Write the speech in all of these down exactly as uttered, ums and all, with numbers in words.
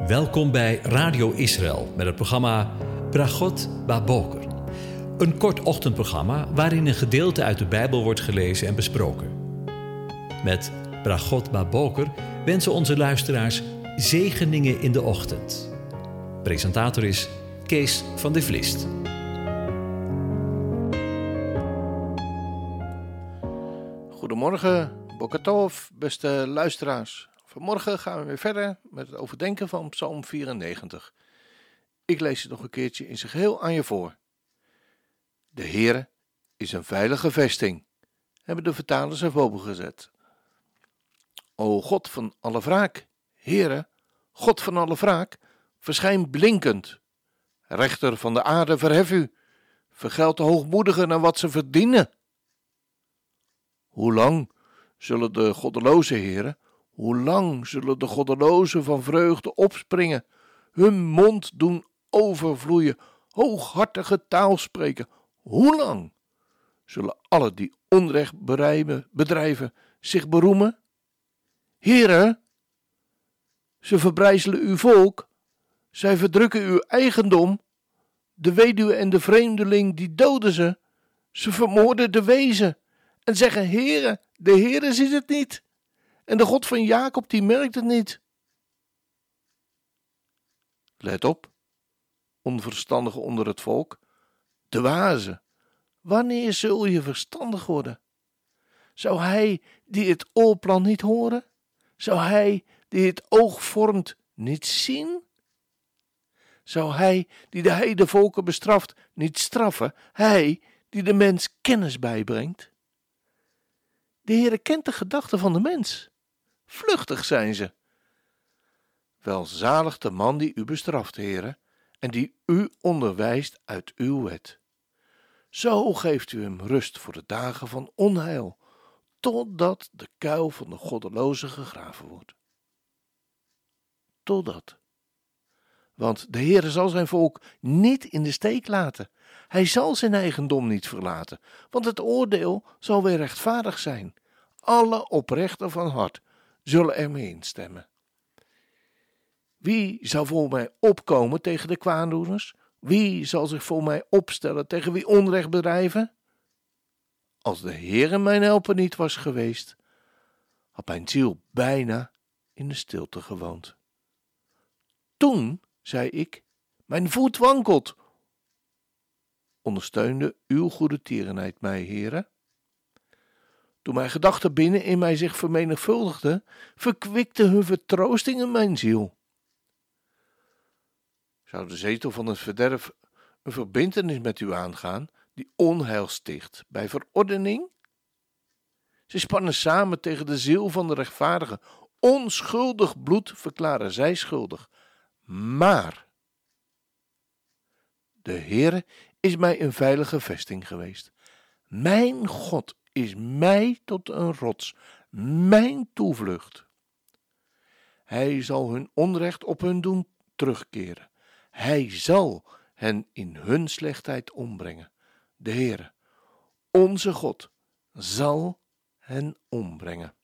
Welkom bij Radio Israël met het programma Bragot Baboker. Een kort ochtendprogramma waarin een gedeelte uit de Bijbel wordt gelezen en besproken. Met Bragot Baboker wensen onze luisteraars zegeningen in de ochtend. Presentator is Kees van de Vlist. Goedemorgen, Boker Tov, beste luisteraars. Vanmorgen gaan we weer verder met het overdenken van Psalm vierennegentig. Ik lees het nog een keertje in zijn geheel aan je voor. De Heere is een veilige vesting, hebben de vertalers erboven gezet. O God van alle wraak, Heere, God van alle wraak, verschijn blinkend. Rechter van de aarde, verhef u, vergeld de hoogmoedigen naar wat ze verdienen. Hoe lang zullen de goddeloze, Heere, hoe lang zullen de goddelozen van vreugde opspringen, hun mond doen overvloeien, hooghartige taal spreken? Hoe lang zullen alle die onrecht bedrijven zich beroemen? Heere, ze verbrijzelen uw volk, zij verdrukken uw eigendom, de weduwe en de vreemdeling die doden ze, ze vermoorden de wezen en zeggen: Heere, de Heere ziet het niet. En de God van Jacob, die merkt het niet. Let op, onverstandigen onder het volk, dwazen, wanneer zul je verstandig worden? Zou hij die het oorplan niet horen? Zou hij die het oog vormt niet zien? Zou hij die de heidenvolken bestraft niet straffen? Hij die de mens kennis bijbrengt? De Heere kent de gedachten van de mens. Vluchtig zijn ze. Welzalig de man die u bestraft, Heere, en die u onderwijst uit uw wet. Zo geeft u hem rust voor de dagen van onheil, totdat de kuil van de goddeloze gegraven wordt. Totdat. Want de Heere zal zijn volk niet in de steek laten. Hij zal zijn eigendom niet verlaten, want het oordeel zal weer rechtvaardig zijn. Alle oprechten van hart zullen ermee instemmen. Wie zal voor mij opkomen tegen de kwaaddoeners? Wie zal zich voor mij opstellen tegen wie onrecht bedrijven? Als de Heere mijn helper niet was geweest, had mijn ziel bijna in de stilte gewoond. Toen, zei ik, mijn voet wankelt, ondersteunde uw goede tierenheid mij, Heere. Toen mijn gedachten binnen in mij zich vermenigvuldigden, verkwikte hun vertroosting in mijn ziel. Zou de zetel van het verderf een verbintenis met u aangaan, die onheil sticht bij verordening? Ze spannen samen tegen de ziel van de rechtvaardige. Onschuldig bloed verklaren zij schuldig. Maar de Heere is mij een veilige vesting geweest. Mijn God is mij tot een rots, mijn toevlucht. Hij zal hun onrecht op hun doen terugkeren. Hij zal hen in hun slechtheid ombrengen. De Heere, onze God, zal hen ombrengen.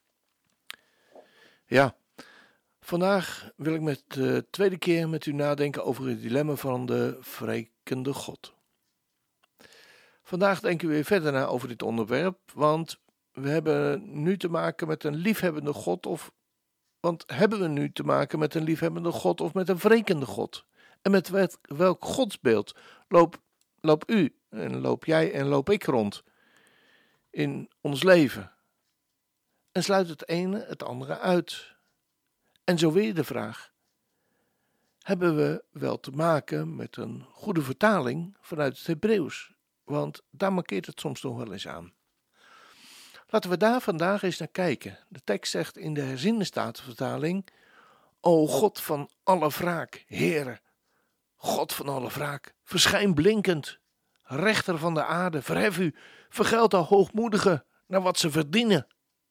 Ja, vandaag wil ik met de tweede keer met u nadenken over het dilemma van de wrekende God. Vandaag denken we weer verder na over dit onderwerp, want we hebben nu te maken met een liefhebbende God, of want hebben we nu te maken met een liefhebbende God of met een wrekende God? En met welk, welk godsbeeld loop, loop u en loop jij en loop ik rond in ons leven? En sluit het ene het andere uit? En zo weer de vraag: hebben we wel te maken met een goede vertaling vanuit het Hebreeuws? Want daar markeert het soms nog wel eens aan. Laten we daar vandaag eens naar kijken. De tekst zegt in de herziene statenvertaling: O God van alle wraak, Heere, God van alle wraak, verschijn blinkend. Rechter van de aarde, verhef u, vergeld de hoogmoedigen naar wat ze verdienen.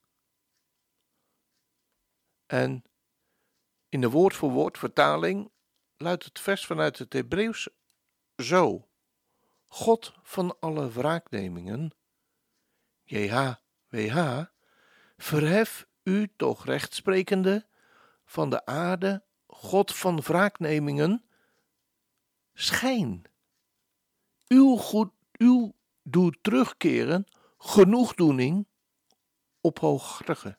En in de woord voor woord vertaling luidt het vers vanuit het Hebreeuws zo: God van alle wraaknemingen, J H W H, verhef u toch rechtsprekende van de aarde God van wraaknemingen, schijn. Uw, goed, uw doet terugkeren, genoegdoening op hooghartigen.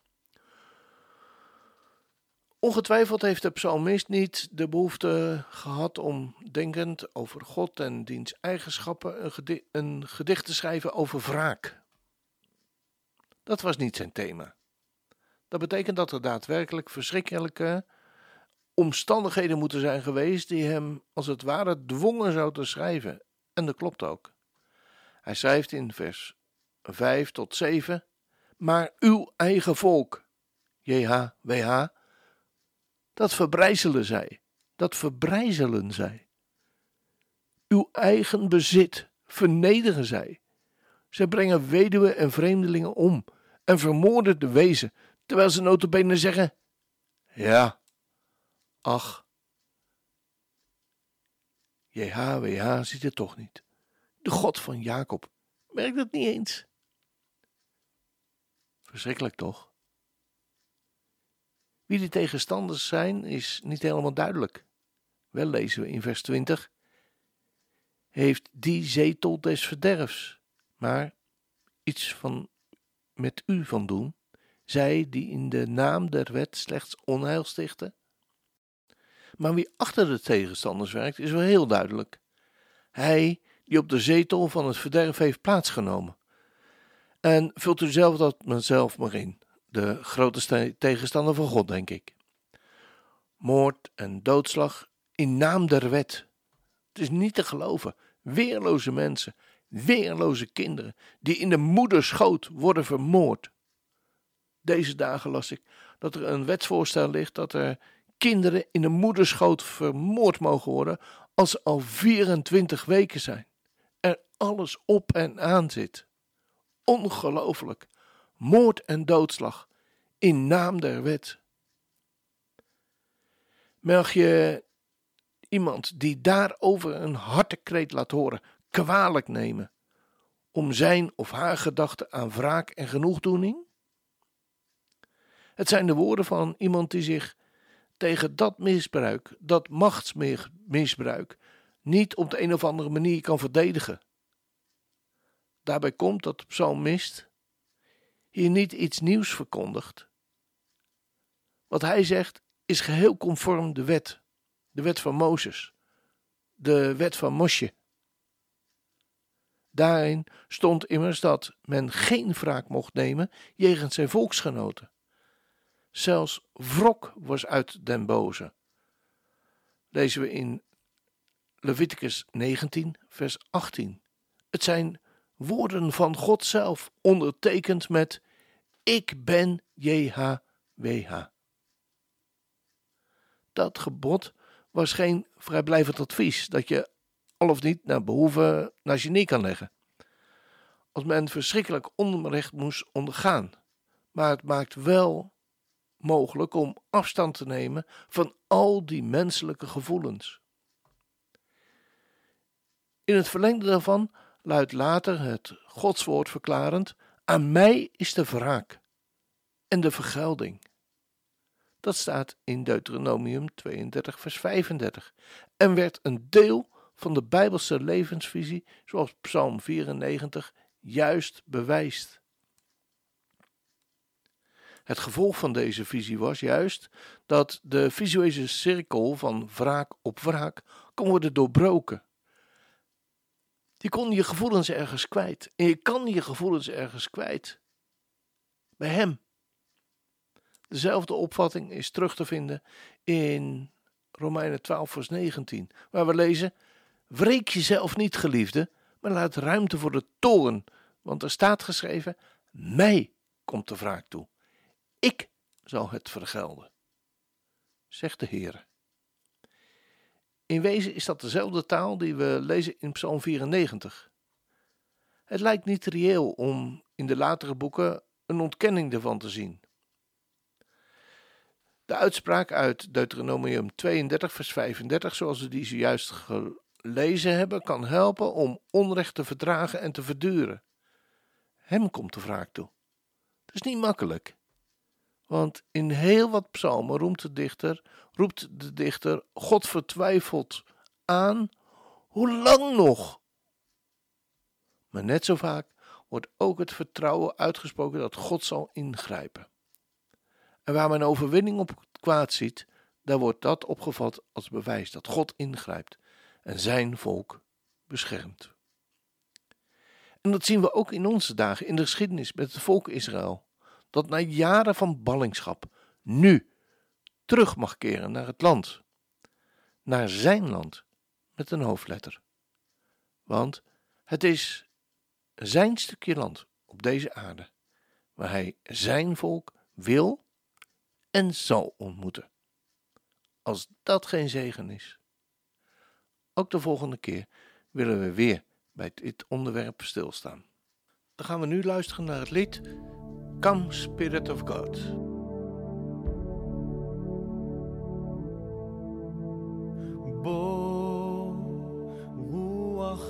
Ongetwijfeld heeft de psalmist niet de behoefte gehad om denkend over God en diens eigenschappen een gedicht, een gedicht te schrijven over wraak. Dat was niet zijn thema. Dat betekent dat er daadwerkelijk verschrikkelijke omstandigheden moeten zijn geweest die hem als het ware dwongen zou te schrijven. En dat klopt ook. Hij schrijft in vers vijf tot zeven, maar uw eigen volk, J H W H, dat verbrijzelen zij, dat verbrijzelen zij. Uw eigen bezit vernederen zij. Zij brengen weduwen en vreemdelingen om en vermoorden de wezen, terwijl ze nota bene zeggen, ja, ach, J H W H ziet het toch niet. De God van Jacob merkt het niet eens. Verschrikkelijk toch? Wie die tegenstanders zijn is niet helemaal duidelijk. Wel lezen we in vers twintig, heeft die zetel des verderfs, maar iets van met u van doen, zij die in de naam der wet slechts onheil stichten. Maar wie achter de tegenstanders werkt is wel heel duidelijk. Hij die op de zetel van het verderf heeft plaatsgenomen. En vult u zelf dat maar zelf maar in. De grote tegenstander van God, denk ik. Moord en doodslag in naam der wet. Het is niet te geloven. Weerloze mensen, weerloze kinderen, die in de moederschoot worden vermoord. Deze dagen las ik dat er een wetsvoorstel ligt dat er kinderen in de moederschoot vermoord mogen worden als ze al vierentwintig weken zijn. Er alles op en aan zit. Ongelooflijk. Moord en doodslag in naam der wet. Mag je iemand die daarover een hartekreet laat horen, kwalijk nemen, om zijn of haar gedachten aan wraak en genoegdoening? Het zijn de woorden van iemand die zich tegen dat misbruik, dat machtsmisbruik, niet op de een of andere manier kan verdedigen. Daarbij komt dat de psalmist hier niet iets nieuws verkondigt. Wat hij zegt is geheel conform de wet, de wet van Mozes, de wet van Mosje. Daarin stond immers dat men geen wraak mocht nemen jegens zijn volksgenoten. Zelfs wrok was uit den boze. Lezen we in Leviticus negentien, vers achttien. Het zijn woorden van God zelf, ondertekend met ik ben J H W H. Dat gebod was geen vrijblijvend advies dat je al of niet naar behoeven naast je neer kan leggen. Als men verschrikkelijk onrecht moest ondergaan. Maar het maakt wel mogelijk om afstand te nemen van al die menselijke gevoelens. In het verlengde daarvan luidt later het Godswoord verklarend, aan mij is de wraak en de vergelding. Dat staat in Deuteronomium tweeëndertig vers vijfendertig en werd een deel van de Bijbelse levensvisie zoals Psalm vierennegentig juist bewijst. Het gevolg van deze visie was juist dat de visuele cirkel van wraak op wraak kon worden doorbroken. Je kon je gevoelens ergens kwijt. En je kan je gevoelens ergens kwijt. Bij hem. Dezelfde opvatting is terug te vinden in Romeinen twaalf vers negentien. Waar we lezen, wreek jezelf niet geliefde, maar laat ruimte voor de toorn. Want er staat geschreven, mij komt de wraak toe. Ik zal het vergelden, zegt de Heer. In wezen is dat dezelfde taal die we lezen in Psalm vierennegentig. Het lijkt niet reëel om in de latere boeken een ontkenning ervan te zien. De uitspraak uit Deuteronomium tweeëndertig vers vijfendertig, zoals we die zojuist gelezen hebben, kan helpen om onrecht te verdragen en te verduren. Hem komt de wraak toe. Het is niet makkelijk, Want in heel wat psalmen roept de dichter, roept de dichter God vertwijfeld aan, hoe lang nog? Maar net zo vaak wordt ook het vertrouwen uitgesproken dat God zal ingrijpen. En waar men overwinning op het kwaad ziet, daar wordt dat opgevat als bewijs dat God ingrijpt en zijn volk beschermt. En dat zien we ook in onze dagen, in de geschiedenis met het volk Israël, dat na jaren van ballingschap nu terug mag keren naar het land, naar zijn land, met een hoofdletter. Want het is zijn stukje land op deze aarde, waar hij zijn volk wil en zal ontmoeten. Als dat geen zegen is. Ook de volgende keer willen we weer bij dit onderwerp stilstaan. Dan gaan we nu luisteren naar het lied Come Spirit of God. Bo ruach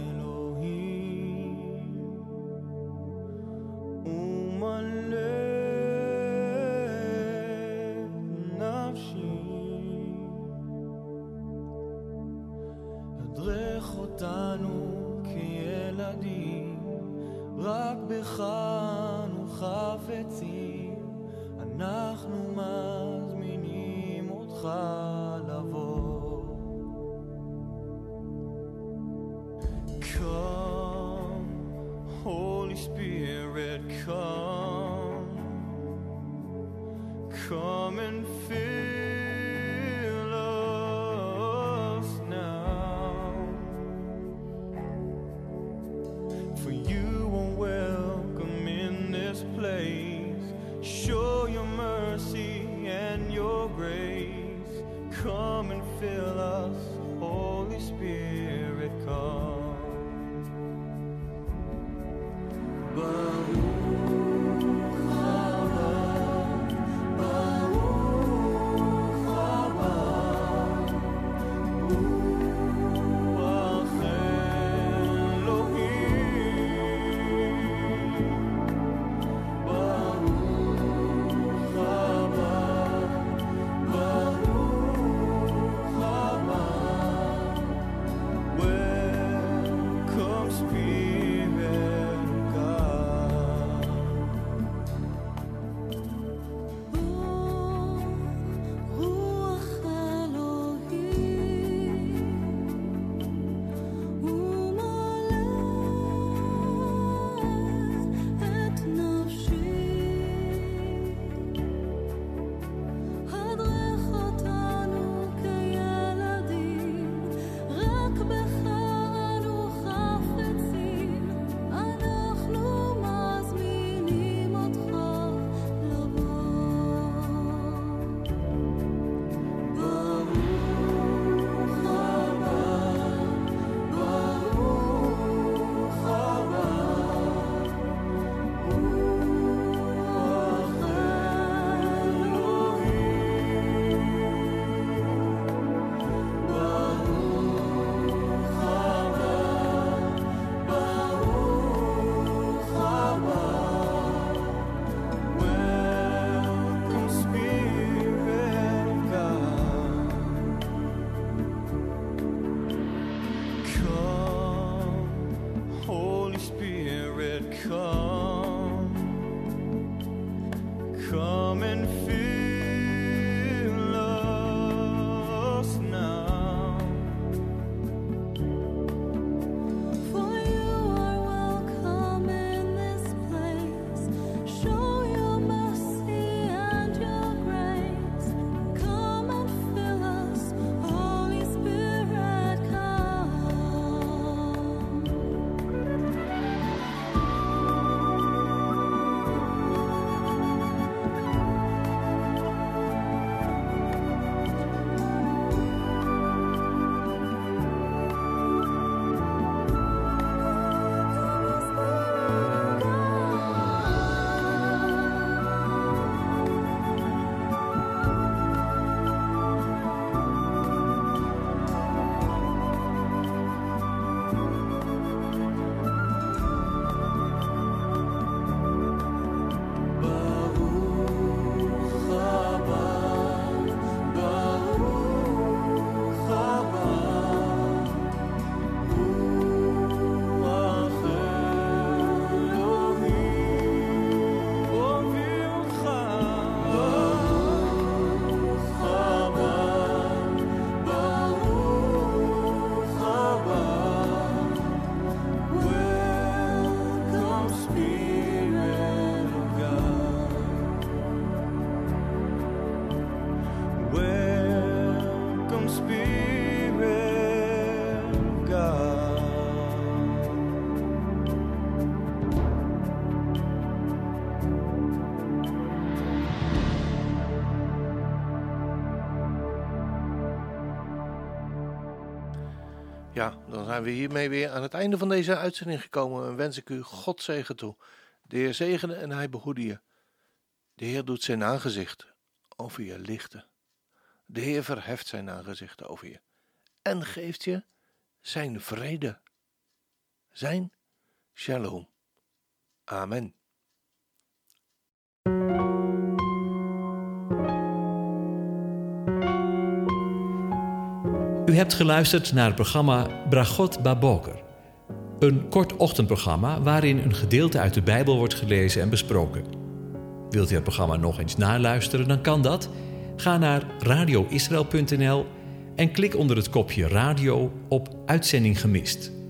Elohim umaleh nafshi הדרך אותנו כילדים רק בך אנו חפצים אנחנו מזמינים אותך לבוא Come, Holy Spirit, come, come and fill us now. For you are welcome in this place. Show your mercy and your grace. Come and fill us, Holy Spirit, come. Baruch haba, Baruch Ja, dan zijn we hiermee weer aan het einde van deze uitzending gekomen en wens ik u God zegen toe. De Heer zegene en hij behoede je. De Heer doet zijn aangezicht over je lichten. De Heer verheft zijn aangezicht over je en geeft je zijn vrede, zijn shalom. Amen. U hebt geluisterd naar het programma Bragot Baboker. Een kort ochtendprogramma waarin een gedeelte uit de Bijbel wordt gelezen en besproken. Wilt u het programma nog eens naluisteren, dan kan dat. Ga naar radio israël punt n l en klik onder het kopje radio op Uitzending gemist.